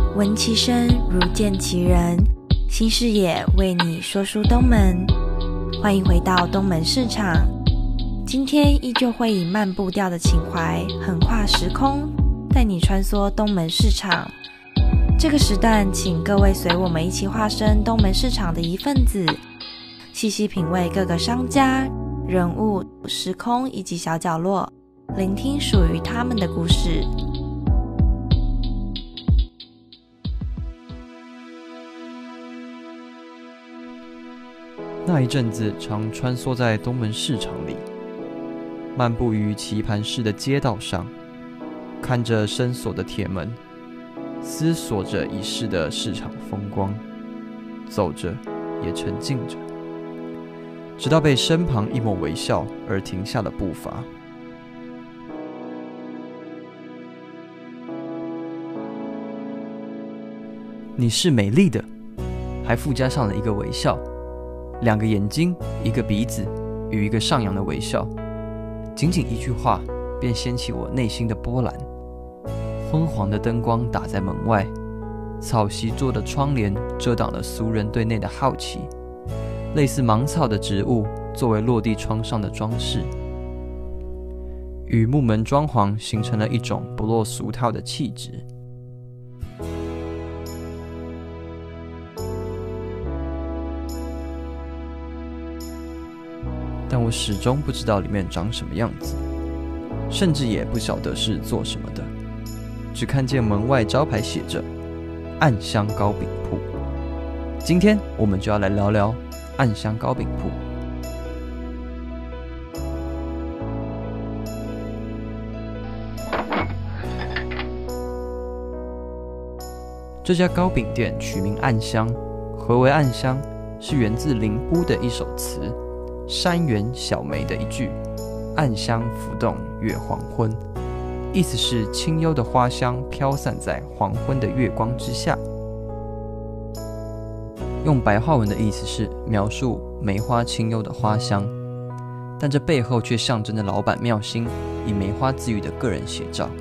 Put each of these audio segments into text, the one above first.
闻其声如见其人，新视野为你说书东门。欢迎回到东门市场，今天依旧会以慢步调的情怀横跨时空，带你穿梭东门市场。这个时段请各位随我们一起化身东门市场的一份子，细细品味各个商家、人物、时空以及小角落，聆听属于他们的故事。 那一阵子常穿梭在东门市场里，漫步于棋盘式的街道上，看着深锁的铁门，思索着一世的市场风光，走着也沉静着，直到被身旁一抹微笑而停下了步伐。你是美丽的，还附加上了一个微笑，2个眼睛，一个鼻子与一个上扬的微笑，仅仅一句话便掀起我内心的波澜。昏黄的灯光打在门外，草席做的窗帘遮挡了俗人对内的好奇，类似芒草的植物作为落地窗上的装饰，与木门装潢形成了一种不落俗套的气质。但我始终不知道里面长什么样子，甚至也不晓得是做什么的，只看见门外招牌写着暗香糕饼铺。今天我们就要来聊聊暗香糕饼铺。这家糕饼店取名暗香，何为暗香？是源自林逋的一首词，山园小梅的一句暗香浮动月黄昏，意思是清幽的花香飘散在黄昏的月光之下。用白话文的意思是描述梅花清幽的花香，但这背后却象征着老板妙心以梅花自喻的个人写照。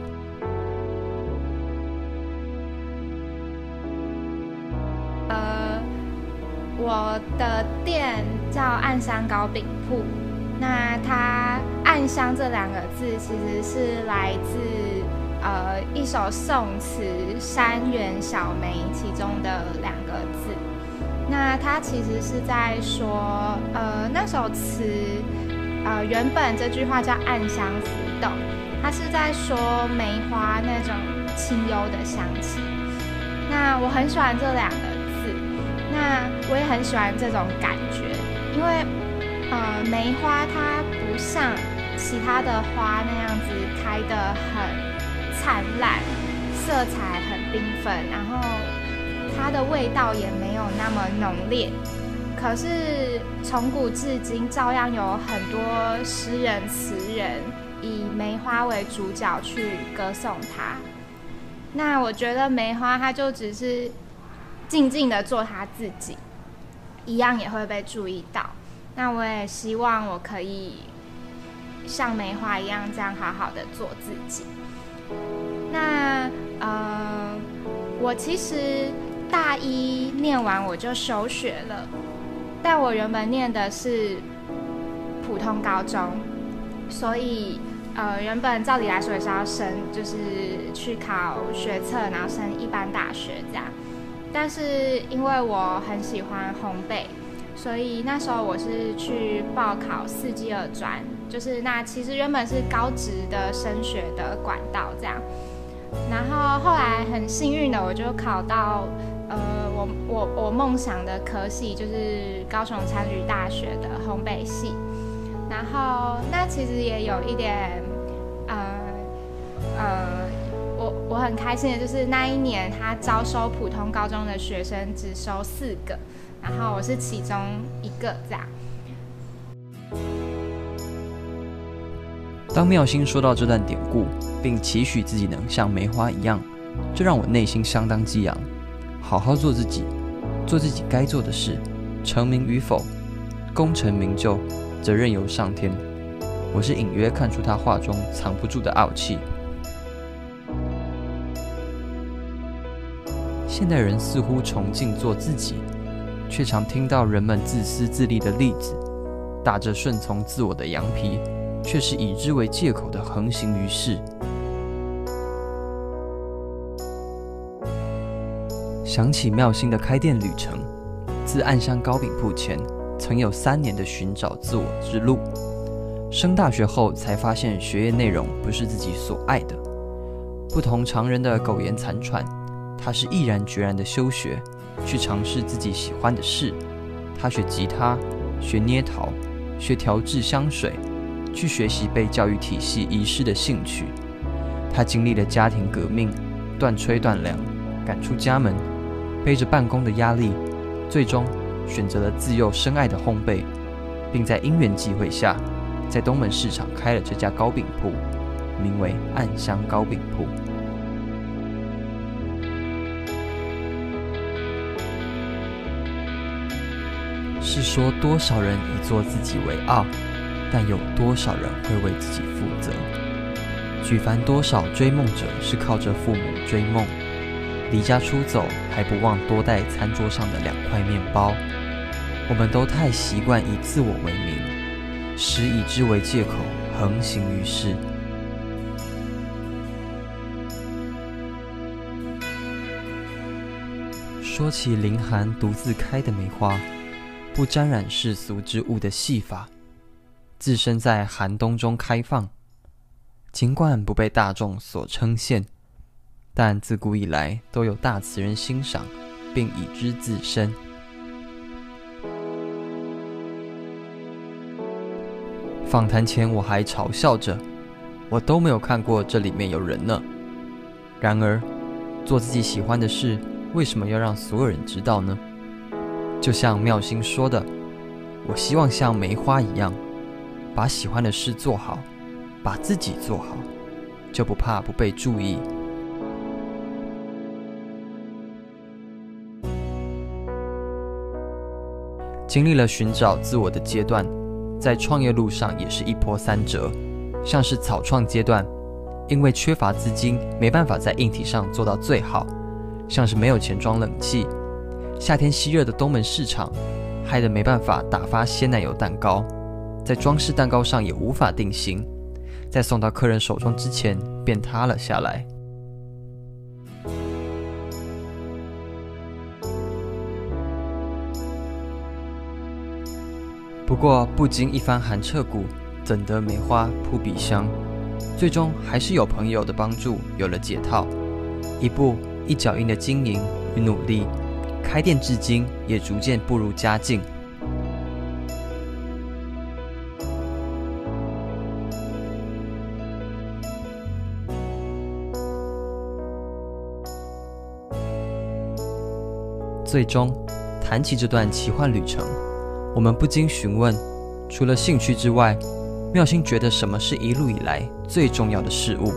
我的店叫暗香糕饼铺，那它暗香这2个字其实是来自一首宋词《山园小梅》其中的2个字。那它其实是在说那首词原本这句话叫暗香浮动，它是在说梅花那种清幽的香气。那我很喜欢这2个字，那我也很喜欢这种感觉，因为梅花它不像其他的花那样子开得很灿烂，色彩很缤纷，然后它的味道也没有那么浓烈，可是从古至今照样有很多诗人词人以梅花为主角去歌颂它。那我觉得梅花它就只是静静的做它自己，一样也会被注意到。那我也希望我可以像梅花一样这样好好的做自己。那我其实大1念完我就休学了，但我原本念的是普通高中，所以原本照理来说也是要升，就是去考学测，然后升一般大学这样。但是因为我很喜欢烘焙，所以那时候我是去报考4技2专，就是那其实原本是高职的升学的管道这样。然后后来很幸运的我就考到我梦想的科系，就是高雄餐旅大学的烘焙系。然后那其实也有一点我很开心的就是那一年他招收普通高中的学生只收4个，然后我是其中1个这样。 当妙心说到这段典故，并期许自己能像梅花一样，这让我内心相当激昂。好好做自己，做自己该做的事，成名与否，功成名就，则任由上天。我是隐约看出他话中藏不住的傲气。 现代人似乎崇敬做自己，却常听到人们自私自利的例子，打着顺从自我的羊皮，却是以之为借口的横行于世。想起妙心的开店旅程，自暗香糕饼铺前，曾有3年的寻找自我之路。升大学后才发现学业内容不是自己所爱的，不同常人的苟延残喘，他是毅然决然的休学，去尝试自己喜欢的事。他学吉他，学捏陶，学调制香水，去学习被教育体系遗失的兴趣。他经历了家庭革命，断炊断粮，赶出家门，背着办公的压力，最终选择了自幼深爱的烘焙，并在因缘际会下，在东门市场开了这家糕饼铺，名为暗香糕饼铺。是说多少人以做自己为傲，但有多少人会为自己负责？举凡多少追梦者是靠着父母追梦，离家出走还不忘多带餐桌上的2块面包。我们都太习惯以自我为名，使以之为借口，横行于世。说起凌寒独自开的梅花，不沾染世俗之物的戏法，自身在寒冬中开放，尽管不被大众所称羡，但自古以来都有大词人欣赏，并以之自身。访谈前我还嘲笑着，我都没有看过这里面有人呢。然而，做自己喜欢的事，为什么要让所有人知道呢？就像妙心说的，我希望像梅花一样，把喜欢的事做好，把自己做好，就不怕不被注意。经历了寻找自我的阶段，在创业路上也是一波三折。像是草创阶段，因为缺乏资金，没办法在硬体上做到最好，像是没有钱装冷气，夏天吸热的东门市场，害得没办法打发鲜奶油蛋糕，在装饰蛋糕上也无法定型，在送到客人手中之前便塌了下来。不过不经一番寒彻骨，怎得梅花扑鼻香？最终还是有朋友的帮助，有了解套，一步一脚印的经营与努力，开店至今也逐渐步入佳境。最终谈起这段奇幻旅程，我们不禁询问，除了兴趣之外，妙心觉得什么是一路以来最重要的事物？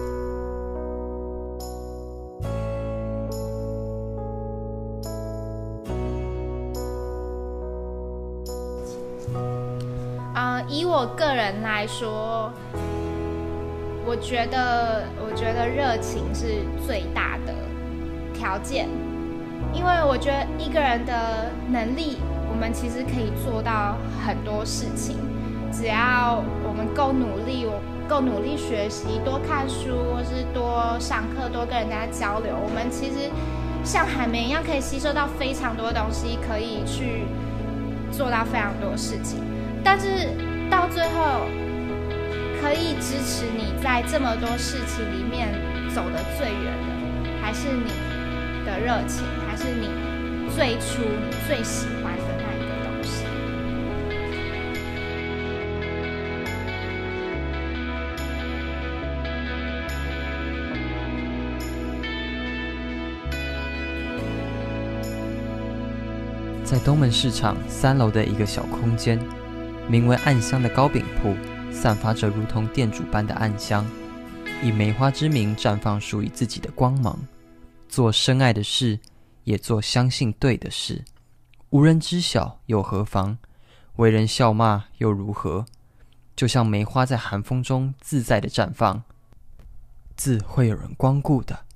以我个人来说，我觉得热情是最大的条件，因为我觉得一个人的能力，我们其实可以做到很多事情，只要我们够努力学习，多看书，或是多上课，多跟人家交流，我们其实像海绵一样，可以吸收到非常多东西，可以去做到非常多事情。但是到最后，可以支持你在这么多事情里面走得最远的，还是你的热情，还是你最初你最喜欢的那一个东西。 在东门市场3楼的一个小空间，名为暗香的糕饼铺，散发着如同店主般的暗香，以梅花之名绽放属于自己的光芒，做深爱的事，也做相信对的事，无人知晓又何妨，为人笑骂又如何？就像梅花在寒风中自在的绽放，自会有人光顾的。